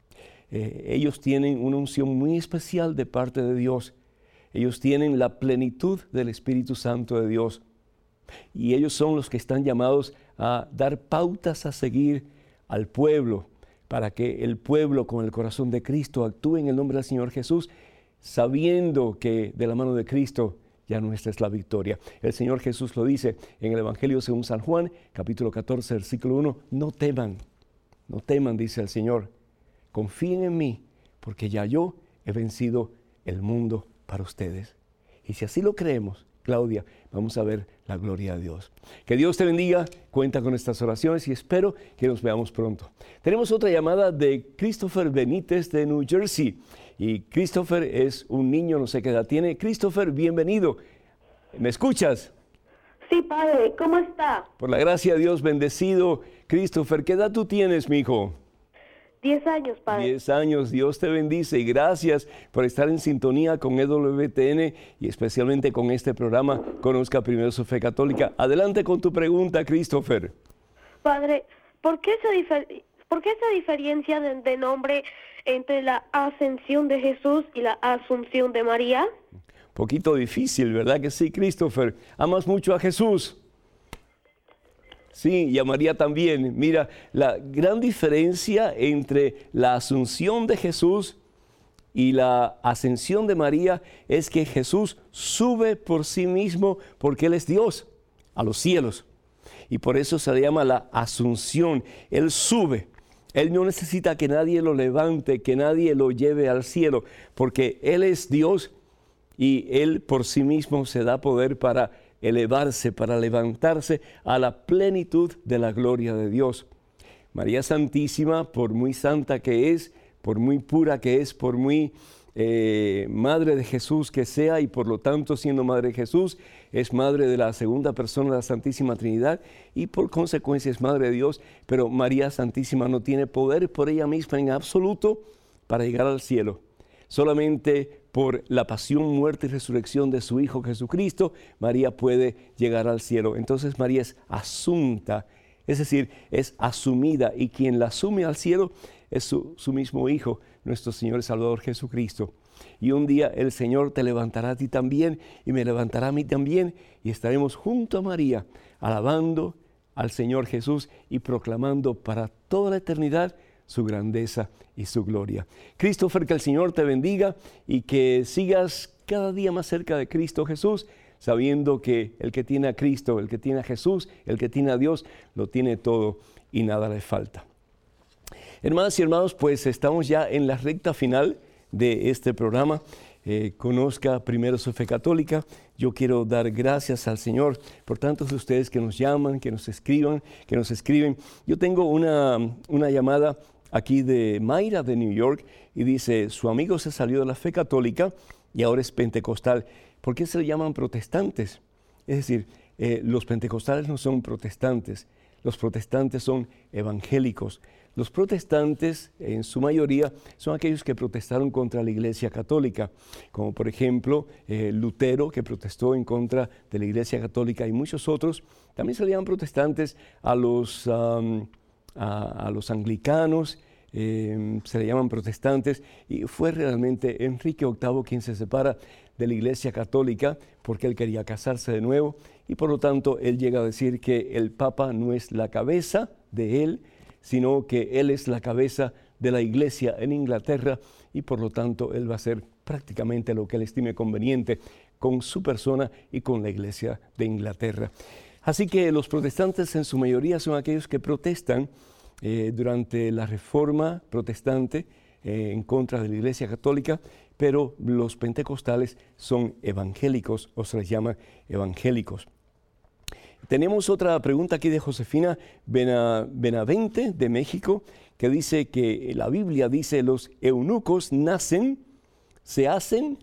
Eh, ellos tienen una unción muy especial de parte de Dios. Ellos tienen la plenitud del Espíritu Santo de Dios. Y ellos son los que están llamados a dar pautas a seguir al pueblo, para que el pueblo con el corazón de Cristo actúe en el nombre del Señor Jesús, sabiendo que de la mano de Cristo ya nuestra es la victoria. El Señor Jesús lo dice en el Evangelio según San Juan, capítulo catorce, versículo uno, no teman, no teman, dice el Señor, confíen en mí, porque ya yo he vencido el mundo para ustedes. Y si así lo creemos, Claudia, vamos a ver la gloria de Dios. Que Dios te bendiga, cuenta con estas oraciones y espero que nos veamos pronto. Tenemos otra llamada de Christopher Benítez de New Jersey. Y Christopher es un niño, no sé qué edad tiene. Christopher, bienvenido. ¿Me escuchas? Sí, padre, ¿cómo está? Por la gracia de Dios, bendecido. Christopher, ¿qué edad tú tienes, mi hijo? Diez años, padre. Diez años, Dios te bendice y gracias por estar en sintonía con E W T N y especialmente con este programa Conozca Primero su Fe Católica. Adelante con tu pregunta, Christopher. Padre, ¿por qué esa, difer- ¿por qué esa diferencia de, de nombre entre la ascensión de Jesús y la asunción de María? Poquito difícil, ¿verdad que sí, Christopher? ¿Amas mucho a Jesús? Sí, y a María también. Mira, la gran diferencia entre la asunción de Jesús y la ascensión de María es que Jesús sube por sí mismo porque Él es Dios a los cielos. Y por eso se le llama la asunción. Él sube. Él no necesita que nadie lo levante, que nadie lo lleve al cielo, porque Él es Dios y Él por sí mismo se da poder para elevarse, para levantarse a la plenitud de la gloria de Dios. María Santísima, por muy santa que es, por muy pura que es, por muy eh, madre de Jesús que sea, y por lo tanto siendo madre de Jesús, es madre de la segunda persona de la Santísima Trinidad y por consecuencia es madre de Dios, pero María Santísima no tiene poder por ella misma en absoluto para llegar al cielo. Solamente por la pasión, muerte y resurrección de su Hijo Jesucristo, María puede llegar al cielo. Entonces María es asunta, es decir, es asumida, y quien la asume al cielo es su, su mismo Hijo, nuestro Señor y Salvador Jesucristo. Y un día el Señor te levantará a ti también, y me levantará a mí también, y estaremos junto a María, alabando al Señor Jesús y proclamando para toda la eternidad su grandeza y su gloria. Christopher, que el Señor te bendiga y que sigas cada día más cerca de Cristo Jesús, sabiendo que el que tiene a Cristo, el que tiene a Jesús, el que tiene a Dios, lo tiene todo y nada le falta. Hermanas y hermanos, pues estamos ya en la recta final de este programa. Eh, conozca primero su fe católica. Yo quiero dar gracias al Señor por tantos de ustedes que nos llaman, que nos escriban, que nos escriben. Yo tengo una, una llamada aquí de Mayra de New York y dice, su amigo se salió de la fe católica y ahora es pentecostal. ¿Por qué se le llaman protestantes? Es decir, eh, los pentecostales no son protestantes, los protestantes son evangélicos. Los protestantes, en su mayoría, son aquellos que protestaron contra la Iglesia Católica, como por ejemplo eh, Lutero, que protestó en contra de la Iglesia Católica, y muchos otros. También se le llaman protestantes a los, um, a, a los anglicanos, eh, se le llaman protestantes, y fue realmente Enrique octavo quien se separa de la Iglesia Católica porque él quería casarse de nuevo, y por lo tanto él llega a decir que el Papa no es la cabeza de él, sino que él es la cabeza de la Iglesia en Inglaterra, y por lo tanto él va a hacer prácticamente lo que él estime conveniente con su persona y con la Iglesia de Inglaterra. Así que los protestantes en su mayoría son aquellos que protestan eh, durante la Reforma protestante eh, en contra de la Iglesia Católica, pero los pentecostales son evangélicos, o se les llama evangélicos. Tenemos otra pregunta aquí de Josefina Benavente de México, que dice que la Biblia dice los eunucos nacen, se hacen,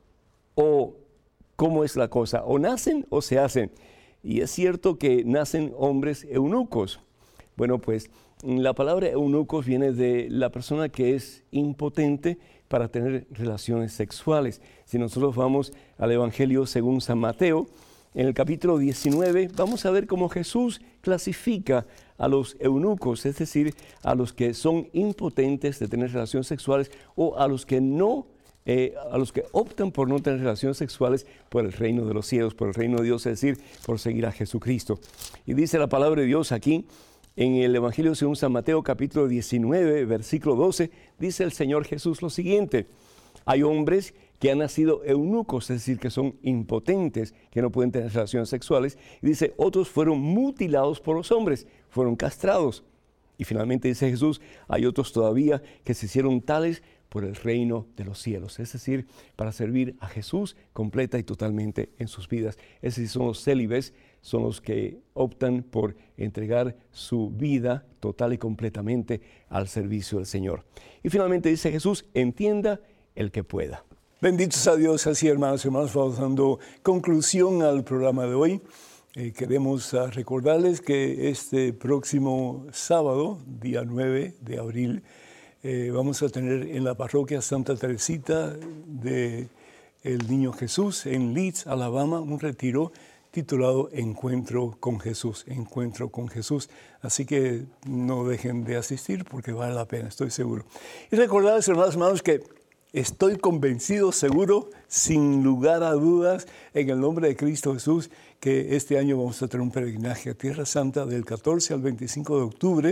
o ¿cómo es la cosa? ¿O nacen o se hacen? Y es cierto que nacen hombres eunucos. Bueno, pues la palabra eunucos viene de la persona que es impotente para tener relaciones sexuales. Si nosotros vamos al Evangelio según San Mateo, en el capítulo diecinueve, vamos a ver cómo Jesús clasifica a los eunucos, es decir, a los que son impotentes de tener relaciones sexuales o a los que no, eh, a los que optan por no tener relaciones sexuales por el reino de los cielos, por el reino de Dios, es decir, por seguir a Jesucristo. Y dice la palabra de Dios aquí, en el Evangelio según San Mateo, capítulo diecinueve, versículo doce, dice el Señor Jesús lo siguiente: hay hombres que han nacido eunucos, es decir, que son impotentes, que no pueden tener relaciones sexuales. Y dice, otros fueron mutilados por los hombres, fueron castrados. Y finalmente dice Jesús, hay otros todavía que se hicieron tales por el reino de los cielos, es decir, para servir a Jesús completa y totalmente en sus vidas. Es decir, son los célibes, son los que optan por entregar su vida total y completamente al servicio del Señor. Y finalmente dice Jesús, entienda el que pueda. Benditos a Dios, así hermanos y hermanos, vamos dando conclusión al programa de hoy. Eh, queremos uh, recordarles que este próximo sábado, día nueve de abril, eh, vamos a tener en la parroquia Santa Teresita de el Niño Jesús en Leeds, Alabama, un retiro titulado Encuentro con Jesús, Encuentro con Jesús. Así que no dejen de asistir porque vale la pena, estoy seguro. Y recordarles, hermanos y hermanos, que estoy convencido, seguro, sin lugar a dudas, en el nombre de Cristo Jesús, que este año vamos a tener un peregrinaje a Tierra Santa del catorce al veinticinco de octubre.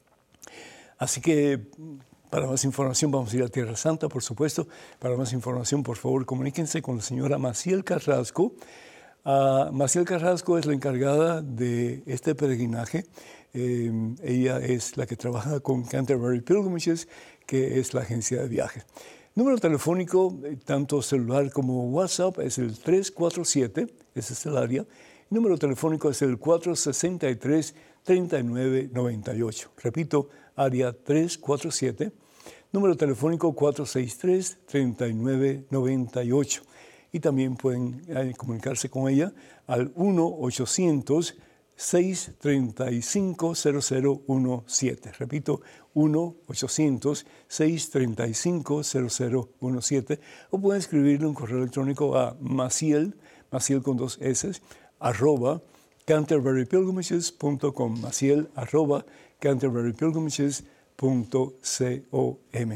Así que para más información vamos a ir a Tierra Santa, por supuesto. Para más información, por favor, comuníquense con la señora Maciel Carrasco. Uh, Maciel Carrasco es la encargada de este peregrinaje. Eh, ella es la que trabaja con Canterbury Pilgrimages, que es la agencia de viajes. Número telefónico, tanto celular como WhatsApp, es el tres cuatro siete, ese es el área. Número telefónico es el cuatro seis tres, tres nueve nueve ocho. Repito, área tres cuatro siete. Número telefónico cuatro seis tres, tres nueve nueve ocho. Y también pueden eh, comunicarse con ella al uno ochocientos, seis tres cinco, cero cero uno siete. Repito, uno ochocientos, seis tres cinco, cero cero uno siete. O pueden escribirle un correo electrónico a Maciel, Maciel con dos S, arroba canterbury pilgrimages punto com. Maciel, arroba canterbury pilgrimages punto com.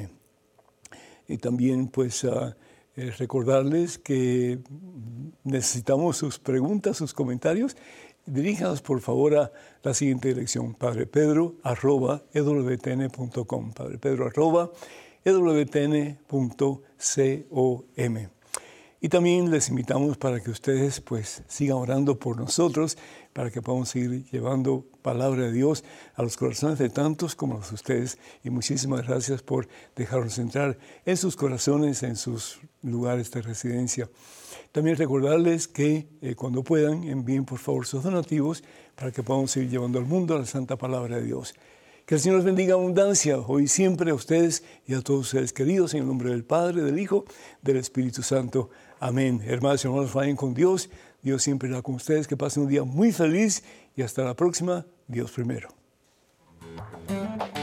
Y también, pues, uh, eh, recordarles que necesitamos sus preguntas, sus comentarios. Diríjanos, por favor, a la siguiente dirección, padrepedro arroba e w t n punto com, padrepedro arroba e w t n punto com. Y también les invitamos para que ustedes pues sigan orando por nosotros, para que podamos seguir llevando palabra de Dios a los corazones de tantos como los de ustedes. Y muchísimas gracias por dejarnos entrar en sus corazones, en sus lugares de residencia. También recordarles que eh, cuando puedan envíen por favor sus donativos para que podamos seguir llevando al mundo la santa palabra de Dios. Que el Señor los bendiga abundancia hoy y siempre a ustedes y a todos ustedes queridos, en el nombre del Padre, del Hijo, del Espíritu Santo. Amén. Hermanos y hermanos, vayan con Dios. Dios siempre irá con ustedes. Que pasen un día muy feliz y hasta la próxima. Dios primero.